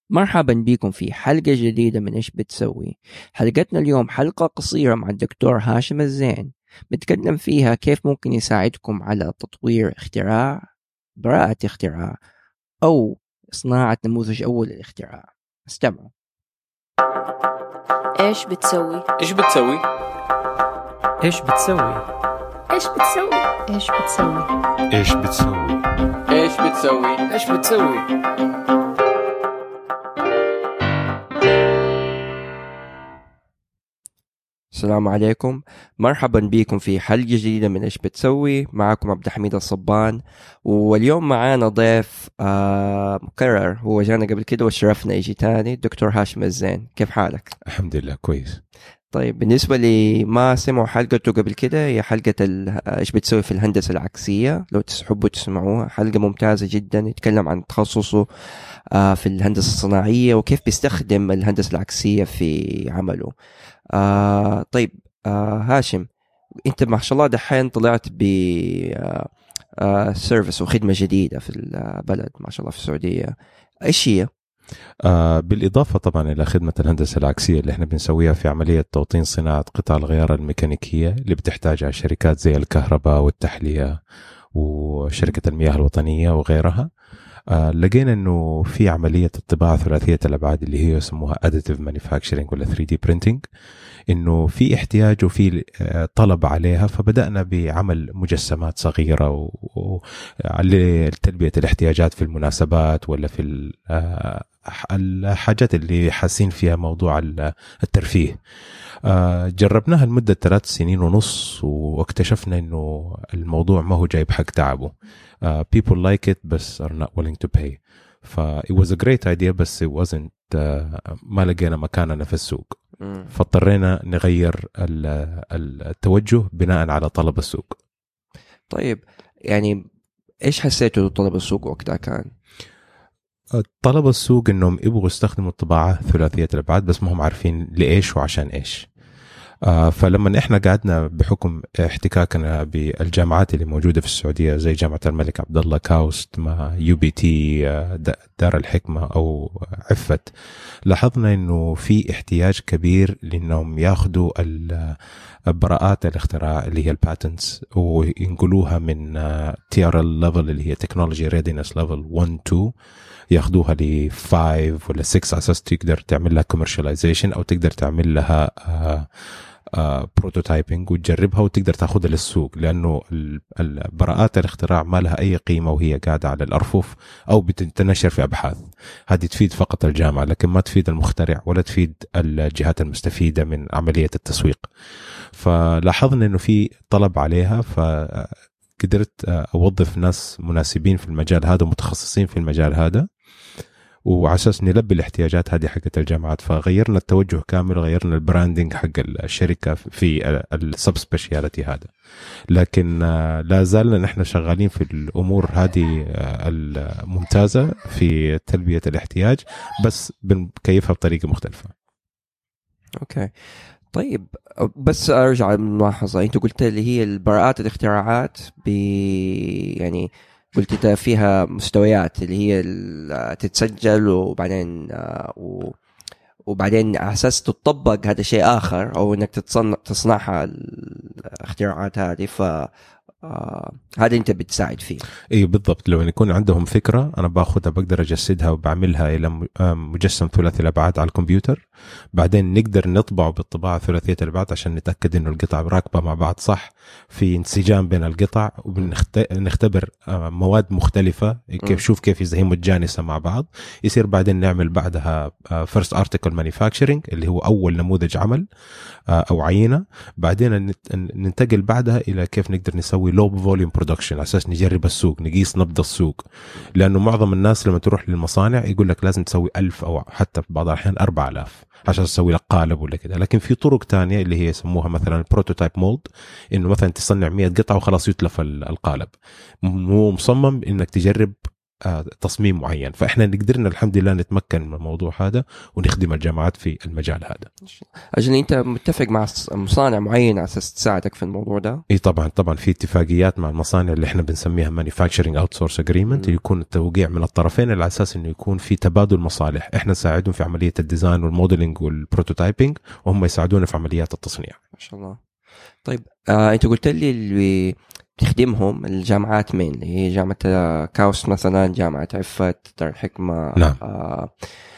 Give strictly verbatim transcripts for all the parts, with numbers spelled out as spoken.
مرحبا بكم في حلقة جديدة من إيش بتسوي. حلقتنا اليوم حلقة قصيرة مع الدكتور هاشم الزين، بتكلم فيها كيف ممكن يساعدكم على تطوير اختراع، براءة اختراع، أو صناعة نموذج أول للاختراع. استمعوا. إيش بتسوي؟ إيش بتسوي؟ إيش بتسوي؟ إيش بتسوي؟ إيش بتسوي؟ إيش بتسوي؟ إيش بتسوي؟ إيش بتسوي؟ السلام عليكم، مرحبا بكم في حلقة جديدة من إيش بتسوي. معكم عبد الحميد الصبان، واليوم معانا ضيف آه مكرر، هو جانا قبل كده وشرفنا يجي تاني، الدكتور هاشم الزين. كيف حالك؟ الحمد لله كويس. طيب، بالنسبة لي ما سمعوا حلقته قبل كده، هي حلقة إيش بتسوي في الهندسة العكسية. لو تحبوا تسمعوها، حلقة ممتازة جدا، يتكلم عن تخصصه آه في الهندسة الصناعية وكيف بيستخدم الهندسة العكسية في عمله. آه طيب آه هاشم، انت ما شاء الله دحين طلعت ب آه آه سيرفيس وخدمة جديدة في البلد، ما شاء الله في السعودية. ايش هي؟ آه بالإضافة طبعا إلى خدمة الهندسة العكسية اللي احنا بنسويها في عملية توطين صناعة قطع الغيار الميكانيكية اللي بتحتاجها شركات زي الكهرباء والتحلية وشركة المياه الوطنية وغيرها. آه لقينا انه في عملية الطباعة ثلاثية الابعاد اللي هي يسموها additive manufacturing ولا ثري دي printing، انه في احتياج وفي طلب عليها، فبدأنا بعمل مجسمات صغيرة لتلبية الاحتياجات في المناسبات ولا في الحاجات اللي حاسين فيها موضوع الترفيه. جربناها لمدة ثلاث سنين ونص واكتشفنا انه الموضوع ما هو جايب حق تعبه. Uh, people like it بس are not willing to pay. ف it was a great idea بس it wasn't uh, ما لقينا مكاننا في السوق. فاضطرينا نغير التوجه بناء على طلب السوق. طيب، يعني ايش حسيتوا طلب السوق وقتها كان؟ طلب السوق انهم يبغوا يستخدموا الطباعة ثلاثية الابعاد بس ما هم عارفين لإيش وعشان ايش. آه فلما احنا قعدنا بحكم احتكاكنا بالجامعات اللي موجودة في السعودية زي جامعة الملك عبد الله كاوست مع يو بي تي دار الحكمة او عفت، لاحظنا انه في احتياج كبير لانهم ياخذوا براءات الاختراع اللي هي الباتنتس وينقلوها من تي ار ال ليفل اللي هي تكنولوجي ريدينس ليفل واحد اثنين ياخذوها ل خمسة ولا ستة على اساس تقدر تعمل لها كوميرشاليزيشن او تقدر تعمل لها آه بروتوتايبنج وتجربها وتقدر تاخذها للسوق، لانه البراءات الاختراع ما لها اي قيمه وهي قاعده على الارفف او بتنشر في ابحاث. هذه تفيد فقط الجامعه لكن ما تفيد المخترع ولا تفيد الجهات المستفيده من عمليه التسويق. فلاحظنا انه في طلب عليها، فقدرت اوظف ناس مناسبين في المجال هذا ومتخصصين في المجال هذا وعلى اساس نلبي الاحتياجات هذه حقت الجامعات. فغيرنا التوجه كامل، غيرنا البراندنج حق الشركه في السب سبيشاليتي هذا، لكن لا زالنا نحن شغالين في الامور هذه الممتازه في تلبيه الاحتياج بس بنكيفها بطريقه مختلفه. اوكي طيب، بس ارجع للملاحظه، انت قلت اللي هي البراءات الاختراعات ب يعني قلت فيها مستويات اللي هي تتسجل وبعدين وبعدين على اساس تطبق هذا شيء اخر او انك تصنع تصنعها الاختراعات هذه، ف آه هذا انت بتساعد فيه. اي بالضبط، لو يكون عندهم فكره انا باخذها بقدر اجسدها وبعملها الى مجسم ثلاثي الابعاد على الكمبيوتر، بعدين نقدر نطبعه بالطباعه ثلاثيه الابعاد عشان نتاكد انه القطع راكبه مع بعض صح، في انسجام بين القطع، وبنختبر مواد مختلفه كيف شوف كيف اذا هي متجانسه مع بعض. يصير بعدين نعمل بعدها فيرست ارتكل مانيفاكتشرنج اللي هو اول نموذج عمل او عينه، بعدين ننتقل بعدها الى كيف نقدر نسوي لو فوليوم برودكشن على اساس نجرب السوق، نقيس نبض السوق. لانه معظم الناس لما تروح للمصانع يقول لك لازم تسوي ألف او حتى في بعض الاحيان أربعة آلاف عشان تسوي لك قالب ولا كده، لكن في طرق تانية اللي هي يسموها مثلا بروتوتايب مولد، انه مثلا تصنع مية قطعه وخلاص يتلف القالب. مو مصمم انك تجرب تصميم معين. فإحنا قدرنا الحمد لله نتمكن من الموضوع هذا ونخدم الجامعات في المجال هذا. أجل أنت متفق مع مصانع معين على أساس تساعدك في الموضوع ده؟ إيه طبعا طبعا في اتفاقيات مع المصانع اللي إحنا بنسميها manufacturing outsource agreement، يكون التوقيع من الطرفين على أساس إنه يكون في تبادل مصالح. إحنا نساعدهم في عملية الديزاين والموديلينج والبروتوتايبينج وهم يساعدونا في عمليات التصنيع. ما شاء الله. طيب آه أنت قلت لي اللي تخدمهم الجامعات مين؟ اللي هي جامعة كاوس مثلا، جامعة عفت، دار الحكمة. نعم. آه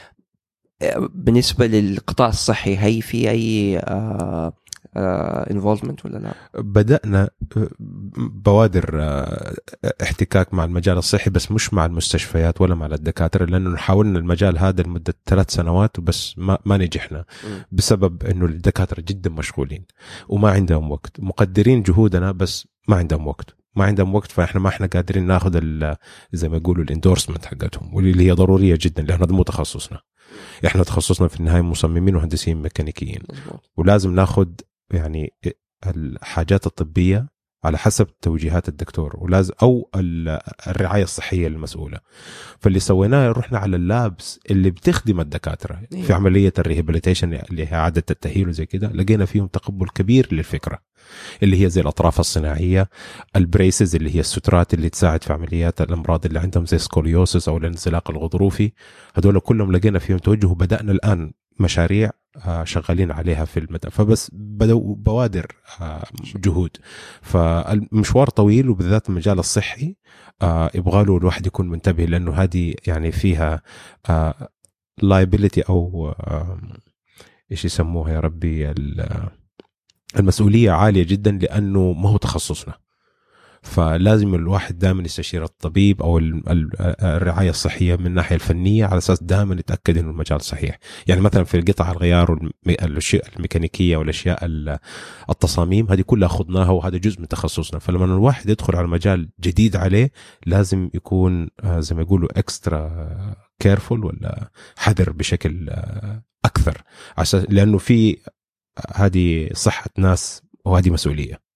بالنسبة للقطاع الصحي هي في أي آه آه involvement ولا لا؟ بدأنا بوادر احتكاك مع المجال الصحي بس مش مع المستشفيات ولا مع الدكاترة، لأنه حاولنا المجال هذا لمدة ثلاث سنوات وبس ما, ما نجحنا بسبب أنه الدكاترة جدا مشغولين وما عندهم وقت، مقدرين جهودنا بس ما عندهم وقت ما عندهم وقت فإحنا ما إحنا قادرين ناخذ زي ما يقولوا الاندورسمنت حقتهم، واللي هي ضرورية جدا لأن هذا مو تخصصنا. إحنا تخصصنا في النهاية مصممين وهندسيين ميكانيكيين، ولازم ناخذ يعني الحاجات الطبية على حسب توجيهات الدكتور ولازم أو الرعاية الصحية المسؤولة. فاللي سويناه رحنا على اللابس اللي بتخدم الدكاترة في عملية الريهابيليتيشن اللي هي إعادة التأهيل وزي كده، لقينا فيهم تقبل كبير للفكرة اللي هي زي الأطراف الصناعية، البريسز اللي هي السترات اللي تساعد في عمليات الأمراض اللي عندهم زي سكوليوسس أو الانزلاق الغضروفي. هذول كلهم لقينا فيهم توجه وبدأنا الآن مشاريع شغالين عليها في المدى، فبس بدأوا بوادر جهود. فالمشوار طويل وبالذات المجال الصحي يبغى له الواحد يكون منتبه لأنه هذه يعني فيها liability أو إيش يسموها يا ربي المسؤولية عالية جدا لأنه ما هو تخصصنا. فلازم الواحد دائما يستشير الطبيب أو الرعاية الصحية من الناحية الفنية على أساس دائما يتأكد إنه المجال صحيح. يعني مثلا في القطع الغيار والأشياء الميكانيكية والأشياء التصاميم هذه كلها أخذناها وهذا جزء من تخصصنا. فلما الواحد يدخل على مجال جديد عليه لازم يكون زي ما يقولوا إكسترا كيرفول ولا حذر بشكل أكثر، عشان لأنه في هذه صحة ناس وهذه مسؤولية.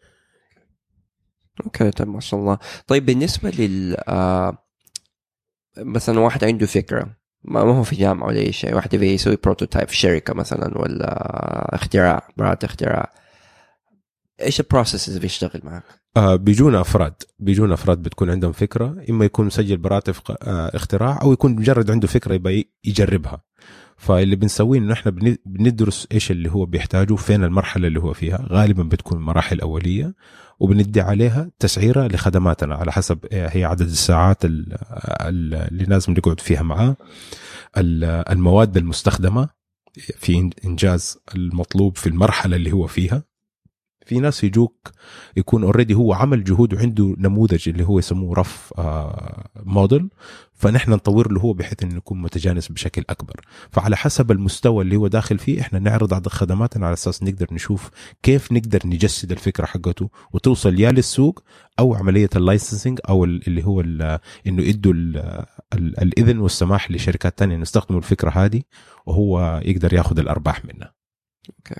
اوكي طيب ما شاء الله. طيب بالنسبه لل آه مثلا واحد عنده فكره ما هو في جامعه ولا اي شيء، واحد يبي يسوي بروتوتايب في شركه مثلا ولا اختراع براءة اختراع، ايش البروسيس اللي بيشتغل معك؟ آه بيجونا افراد بيجونا افراد بتكون عندهم فكره، اما يكون مسجل براءة آه اختراع او يكون مجرد عنده فكره يبي يجربها. فاللي بنسويه انه احنا بندرس ايش اللي هو بيحتاجه، فين المرحله اللي هو فيها، غالبا بتكون مراحل اوليه وبندي عليها تسعيره لخدماتنا على حسب هي عدد الساعات اللي لازم نقعد فيها معاه، المواد المستخدمه في انجاز المطلوب في المرحله اللي هو فيها. في ناس يجوك يكون اوريدي هو عمل جهود وعنده نموذج اللي هو يسموه رف آه موديل، فنحن نطور له هو بحيث انه يكون متجانس بشكل اكبر. فعلى حسب المستوى اللي هو داخل فيه احنا نعرض عدد خدماتنا على اساس نقدر نشوف كيف نقدر نجسد الفكره حقته وتوصل يا للسوق او عمليه اللايسنسنج او اللي هو انه يدوا الاذن والسماح لشركات تانية ان يستخدموا الفكره هذه وهو يقدر ياخذ الارباح منها. اوكي.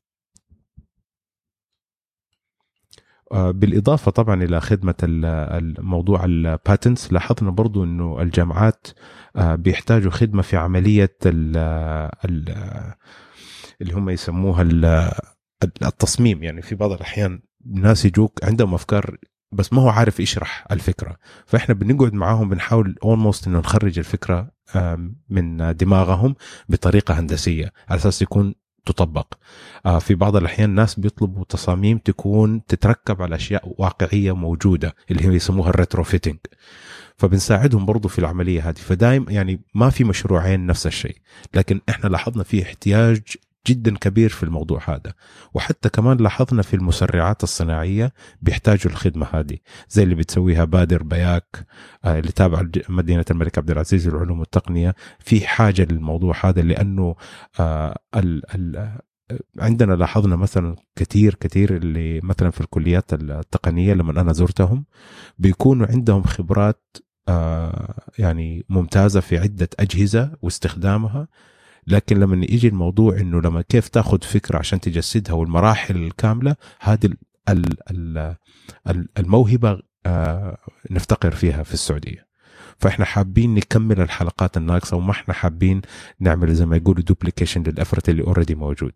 بالإضافة طبعا إلى خدمة الموضوع الباتنتس، لاحظنا برضو أنه الجامعات بيحتاجوا خدمة في عملية اللي هم يسموها التصميم. يعني في بعض الأحيان الناس يجوك عندهم أفكار بس ما هو عارف يشرح الفكرة، فإحنا بنقعد معاهم بنحاول almost أنه نخرج الفكرة من دماغهم بطريقة هندسية على أساس يكون تطبق. في بعض الأحيان ناس بيطلبوا تصاميم تكون تتركب على أشياء واقعية موجودة اللي هم يسموها الريتروفيتنج، فبنساعدهم برضو في العملية هذه. فدايم يعني ما في مشروعين نفس الشيء، لكن احنا لاحظنا فيه احتياج جدا كبير في الموضوع هذا. وحتى كمان لاحظنا في المسرعات الصناعية بيحتاجوا الخدمة هذه زي اللي بتسويها بادر بياك اللي تابع مدينة الملك عبد العزيز للعلوم والتقنية. في حاجة للموضوع هذا لأنه آه ال ال عندنا لاحظنا مثلا كتير كتير اللي مثلا في الكليات التقنية لما أنا زرتهم بيكونوا عندهم خبرات آه يعني ممتازة في عدة أجهزة واستخدامها، لكن لما يجي الموضوع إنه لما كيف تأخذ فكرة عشان تجسدها والمراحل الكاملة، هذه الموهبة آه نفتقر فيها في السعودية. فاحنا حابين نكمل الحلقات الناقصه وما احنا حابين نعمل زي ما يقولوا دوبليكيشن للافرت اللي اوريدي موجود.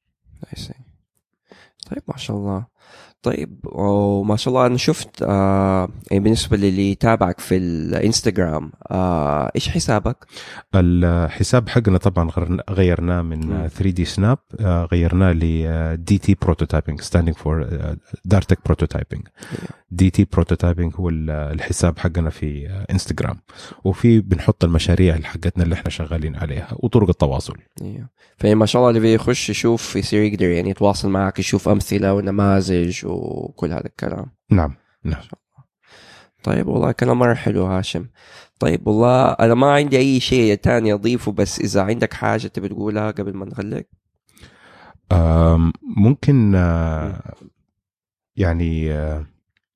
طيب ما شاء الله. طيب وما شاء الله أنا شفت آه يعني بالنسبة للي يتابعك في الانستغرام آه إيش حسابك؟ الحساب حقنا طبعا غيرناه من ثري دي سناب آه غيرناه ل دي تي Prototyping standing for دارتك Prototyping. دي تي Prototyping هو الحساب حقنا في انستغرام، وفي بنحط المشاريع حقتنا اللي احنا شغالين عليها وطرق التواصل. فما شاء الله اللي بيخش يشوف يصير يقدر يعني يتواصل معك، يشوف أمثلة ونماذج وكل هذا الكلام. نعم نعم. طيب والله كلام مرة حلو هاشم. طيب والله أنا ما عندي أي شيء تاني أضيفه، بس إذا عندك حاجة تبي تقولها قبل ما نغلق. ممكن آه يعني آه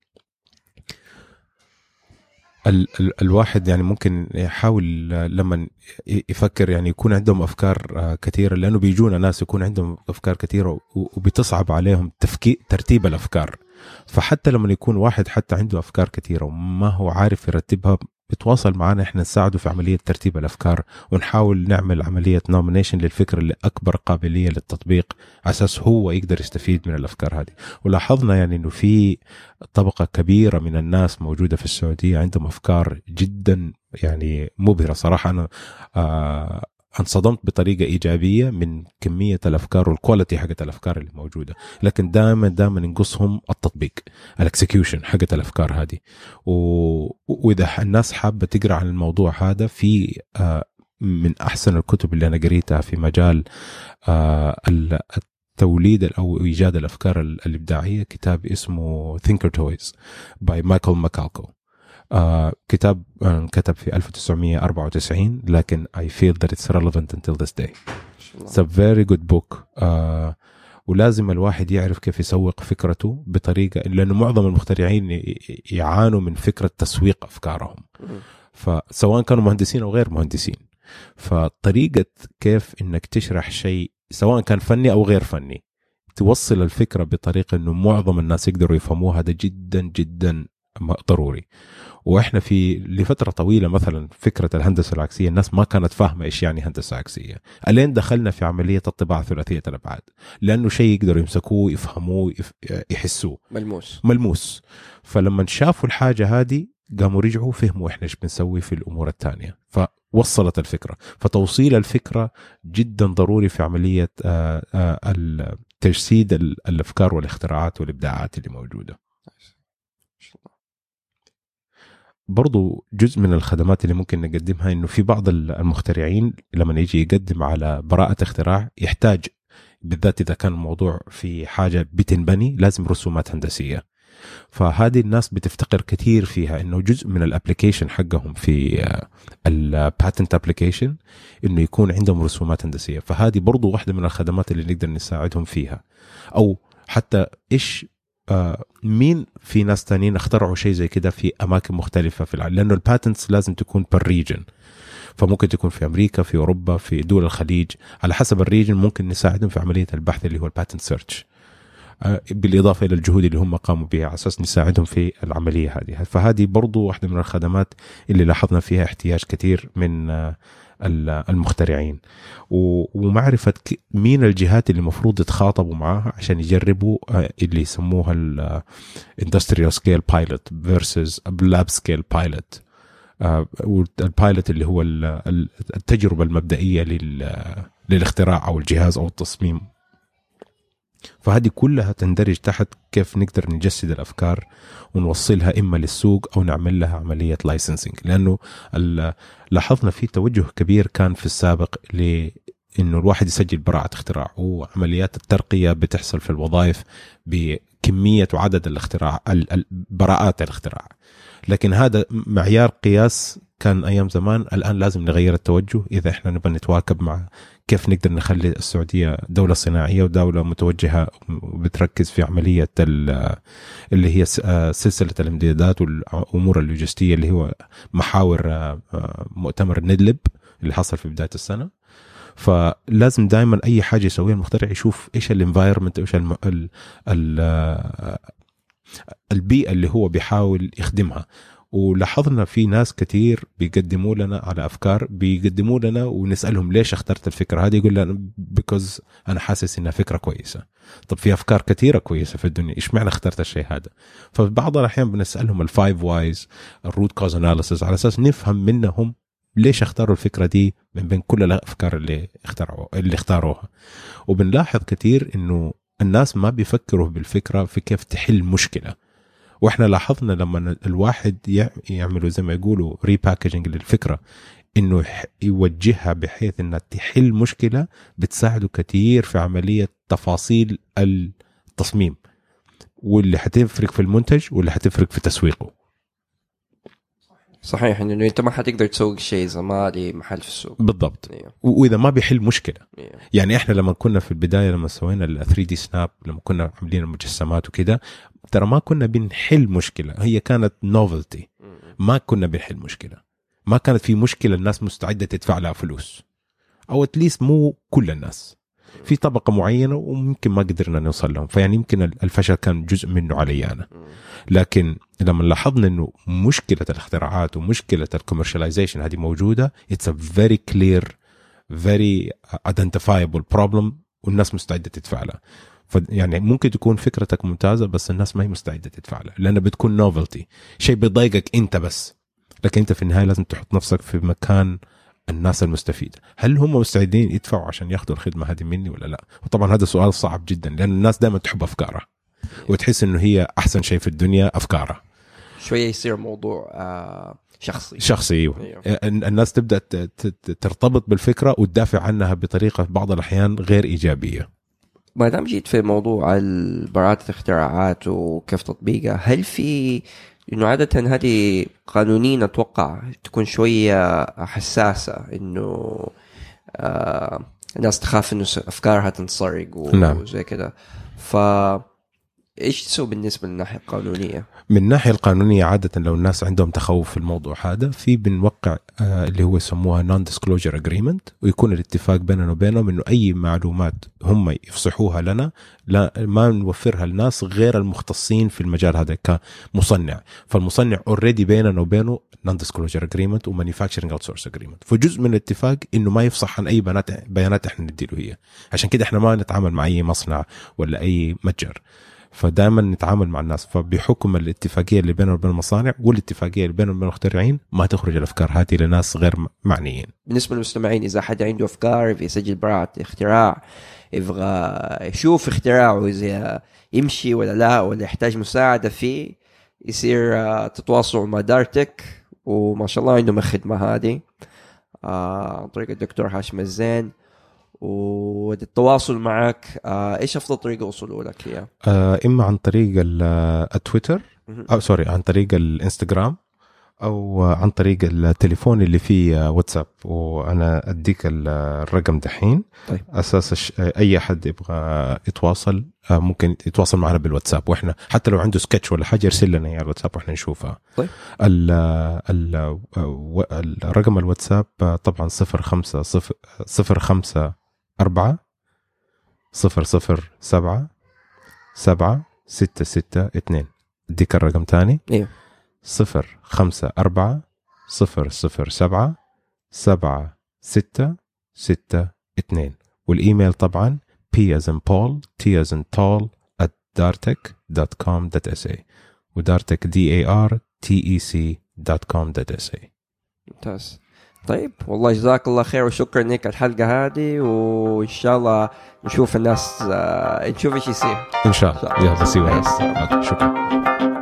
ال ال الواحد يعني ممكن يحاول لما يفكر يعني يكون عندهم أفكار كثيرة، لأنه بيجونا ناس يكون عندهم أفكار كثيرة وبتصعب عليهم تفكير ترتيب الأفكار. فحتى لما يكون واحد حتى عنده أفكار كثيرة وما هو عارف يرتبها، بتواصل معنا احنا نساعده في عملية ترتيب الأفكار، ونحاول نعمل عملية نومينيشن للفكرة اللي أكبر قابلية للتطبيق أساس هو يقدر يستفيد من الأفكار هذه. ولاحظنا يعني إنه في طبقة كبيرة من الناس موجودة في السعودية عندهم أفكار جدا يعني مبهرة صراحة. أنا آه انصدمت بطريقة إيجابية من كمية الأفكار والكواليتي حقت الأفكار اللي موجودة، لكن دائما دائما ينقصهم التطبيق الأكسكيوشن حقت الأفكار هذه. و... وإذا الناس حابة تقرأ عن الموضوع هذا، في آه من أحسن الكتب اللي أنا قريتها في مجال آه التوليد أو إيجاد الأفكار الإبداعية كتاب اسمه Thinker Toys by Michael McCalco. آه كتاب آه كتب في ألف وتسعمية وأربعة وتسعين، لكن I feel that it's relevant until this day. It's a very good book. آه ولازم الواحد يعرف كيف يسوق فكرته بطريقة، لأنه معظم المخترعين يعانوا من فكرة تسويق أفكارهم، فسواء كانوا مهندسين أو غير مهندسين. فطريقة كيف إنك تشرح شيء سواء كان فني أو غير فني، توصل الفكرة بطريقة إنه معظم الناس يقدروا يفهموها، هذا جدا جدا ضروري. واحنا في لفتره طويله مثلا فكره الهندسه العكسيه الناس ما كانت فاهمه ايش يعني هندسه عكسيه، الين دخلنا في عمليه الطباعه ثلاثيه الابعاد، لانه شيء يقدروا يمسكوه يفهموه يحسوه ملموس ملموس. فلما شافوا الحاجه هذه قاموا رجعوا فهموا احنا ايش بنسوي في الامور الثانيه، فوصلت الفكره. فتوصيل الفكره جدا ضروري في عمليه تجسيد الافكار والاختراعات والابداعات اللي موجوده. برضو جزء من الخدمات اللي ممكن نقدمها إنه في بعض المخترعين لما يجي يقدم على براءة اختراع يحتاج، بالذات إذا كان الموضوع في حاجة بتنبني، لازم رسومات هندسية. فهذه الناس بتفتقر كثير فيها إنه جزء من الابليكيشن حقهم في الباتنت ابليكيشن إنه يكون عندهم رسومات هندسية. فهذه برضو واحدة من الخدمات اللي نقدر نساعدهم فيها. أو حتى إيش آه مين في ناس تانيين اخترعوا شيء زي كده في أماكن مختلفة في العالم، لأنه الباتنتس لازم تكون per region، فممكن تكون في أمريكا، في أوروبا، في دول الخليج، على حسب الريجن ممكن نساعدهم في عملية البحث اللي هو الباتنت سيرش، آه بالإضافة إلى الجهود اللي هم قاموا بها على أساس نساعدهم في العملية هذه. فهذه برضو واحدة من الخدمات اللي لاحظنا فيها احتياج كثير من آه المخترعين، ومعرفة مين الجهات اللي مفروض يتخاطبوا معها عشان يجربوا اللي يسموها ال industrial scale pilot versus lab scale pilot. والبايلوت اللي هو التجربة المبدئية للاختراع أو الجهاز أو التصميم. فهذه كلها تندرج تحت كيف نقدر نجسد الأفكار ونوصلها إما للسوق أو نعمل لها عملية لايسنسنج، لأنه لاحظنا في توجه كبير كان في السابق لأنه الواحد يسجل براءة اختراع، وعمليات الترقية بتحصل في الوظائف بكمية وعدد الاختراع براءات الاختراع، لكن هذا معيار قياس كان أيام زمان. الآن لازم نغير التوجه إذا إحنا نبغى نتواكب مع كيف نقدر نخلي السعودية دولة صناعية ودولة متوجهة وبتركز في عملية اللي هي سلسلة الامدادات والأمور اللوجستية اللي هو محاور مؤتمر الندلب اللي حصل في بداية السنة. فلازم دائما أي حاجة يسويها المخترع يشوف إيش الانفايرمنت، إيش ال ال البيئة اللي هو بيحاول يخدمها، ولاحظنا في ناس كتير بيقدموا لنا على أفكار، بيقدموا لنا ونسألهم ليش اخترت الفكرة هذه، يقول لنا because أنا حاسس إنها فكرة كويسة. طب في أفكار كثيرة كويسة في الدنيا، إيش معنى اخترت الشيء هذا؟ فبعض الأحيان بنسألهم الفايف وايز، الروت كوز أناليسيس، على أساس نفهم منهم ليش اختاروا الفكرة دي من بين كل الأفكار اللي اختاروا اللي اختاروها. وبنلاحظ كتير إنه الناس ما بيفكروا بالفكرة في كيف تحل مشكلة. واحنا لاحظنا لما الواحد يعملوا زي ما يقولوا ريباكجينج للفكرة، انه يوجهها بحيث انها تحل مشكلة، بتساعده كتير في عملية تفاصيل التصميم، واللي حتفرق في المنتج واللي حتفرق في تسويقه. صحيح انه انت ما حتقدر تسوق شيء اذا ما لي محل في السوق. بالضبط. yeah. واذا ما بيحل مشكله. yeah. يعني احنا لما كنا في البدايه لما سوينا ال ثري دي سناب، لما كنا عاملين المجسمات وكده، ترى ما كنا بنحل مشكله، هي كانت نوفلتي. ما كنا بنحل مشكله، ما كانت في مشكله الناس مستعده تدفع لها فلوس، او اتليست مو كل الناس، في طبقه معينه وممكن ما قدرنا نوصل لهم. فيعني يمكن الفشل كان جزء منه علي انا. لكن لما لاحظنا انه مشكله الاختراعات ومشكله الكوميرشاليزيشن هذه موجوده، it's a very clear very identifiable problem والناس مستعده تدفع لها. يعني ممكن تكون فكرتك ممتازه بس الناس ما هي مستعده تدفع لها، لانها بتكون نوفلتي، شيء بيضايقك انت بس، لكن انت في النهايه لازم تحط نفسك في مكان الناس المستفيدة. هل هم مستعدين يدفعوا عشان ياخذوا الخدمة هذه مني ولا لا؟ وطبعا هذا سؤال صعب جدا، لأن الناس دائما تحب أفكارها وتحس إنه هي أحسن شيء في الدنيا أفكارها. شوية يصير موضوع آه شخصي شخصي الناس تبدأ ترتبط بالفكرة وتدافع عنها بطريقة بعض الأحيان غير إيجابية. ما دام جيت في موضوع براءة الاختراعات وكيف تطبيقها، هل في إنه عادة هذه قانونيا أتوقع تكون شوية حساسة، إنه آه الناس تخاف إنه أفكارها تنسرق وزي نعم. كده، فإيش تسوي بالنسبة للناحية القانونية؟ من الناحية القانونية عادة لو الناس عندهم تخوف في الموضوع هذا، في بنوقع آه اللي هو يسموها non-disclosure agreement، ويكون الاتفاق بيننا وبينهم إنه أي معلومات هم يفصحوها لنا لا ما نوفرها للناس غير المختصين في المجال هذا كمصنع. فالمصنع already بيننا وبينه non-disclosure agreement و manufacturing outsource agreement، فجزء من الاتفاق إنه ما يفصح عن أي بيانات بيانات إحنا نديله هي. عشان كده إحنا ما نتعامل مع أي مصنع ولا أي متجر، فدائما نتعامل مع الناس. فبحكم الاتفاقية اللي بيننا وبين المصانع والاتفاقية اللي بيننا وبين المخترعين، ما تخرج الأفكار هذه لناس غير معنيين. بالنسبة للمستمعين، إذا حد عنده أفكار في سجل براءة اختراع، يبغى يشوف اختراعه إذا يمشي ولا لا، ولا يحتاج مساعدة فيه، يصير تتواصلوا مع دارتك، وما شاء الله عندهم الخدمة هذه عن طريق الدكتور هاشم الزين. والتواصل معك آه، ايش افضل طريقه وصلوا لك هي؟ آه، اما عن طريق التويتر او سوري عن طريق الانستغرام، او عن طريق التليفون اللي فيه واتساب، وانا اديك الرقم دحين. طيب. اساس اي احد يبغى يتواصل ممكن يتواصل معنا بالواتساب، واحنا حتى لو عنده سكتش ولا حاجه يرسل لنا اياه الواتساب واحنا نشوفها. طيب. ال ال الرقم الواتساب طبعا صفر خمسة صفر صفر خمسة أربعة صفر صفر سبعة سبعة ستة ستة اثنين. اديك الرقم تاني. ايوه. صفر خمسة أربعة صفر صفر سبعة سبعة ستة ستة اثنين. والإيميل طبعا P as in Paul T as in tall at dartec dot com dot s a ودارتك D A R T E C dot com dot s a. ممتاز. طيب والله جزاك الله خير وشكرا لك على الحلقة هذه، وإن شاء الله نشوف الناس نشوف إيش يصير إن شاء الله. يلا سيوا. شكرا.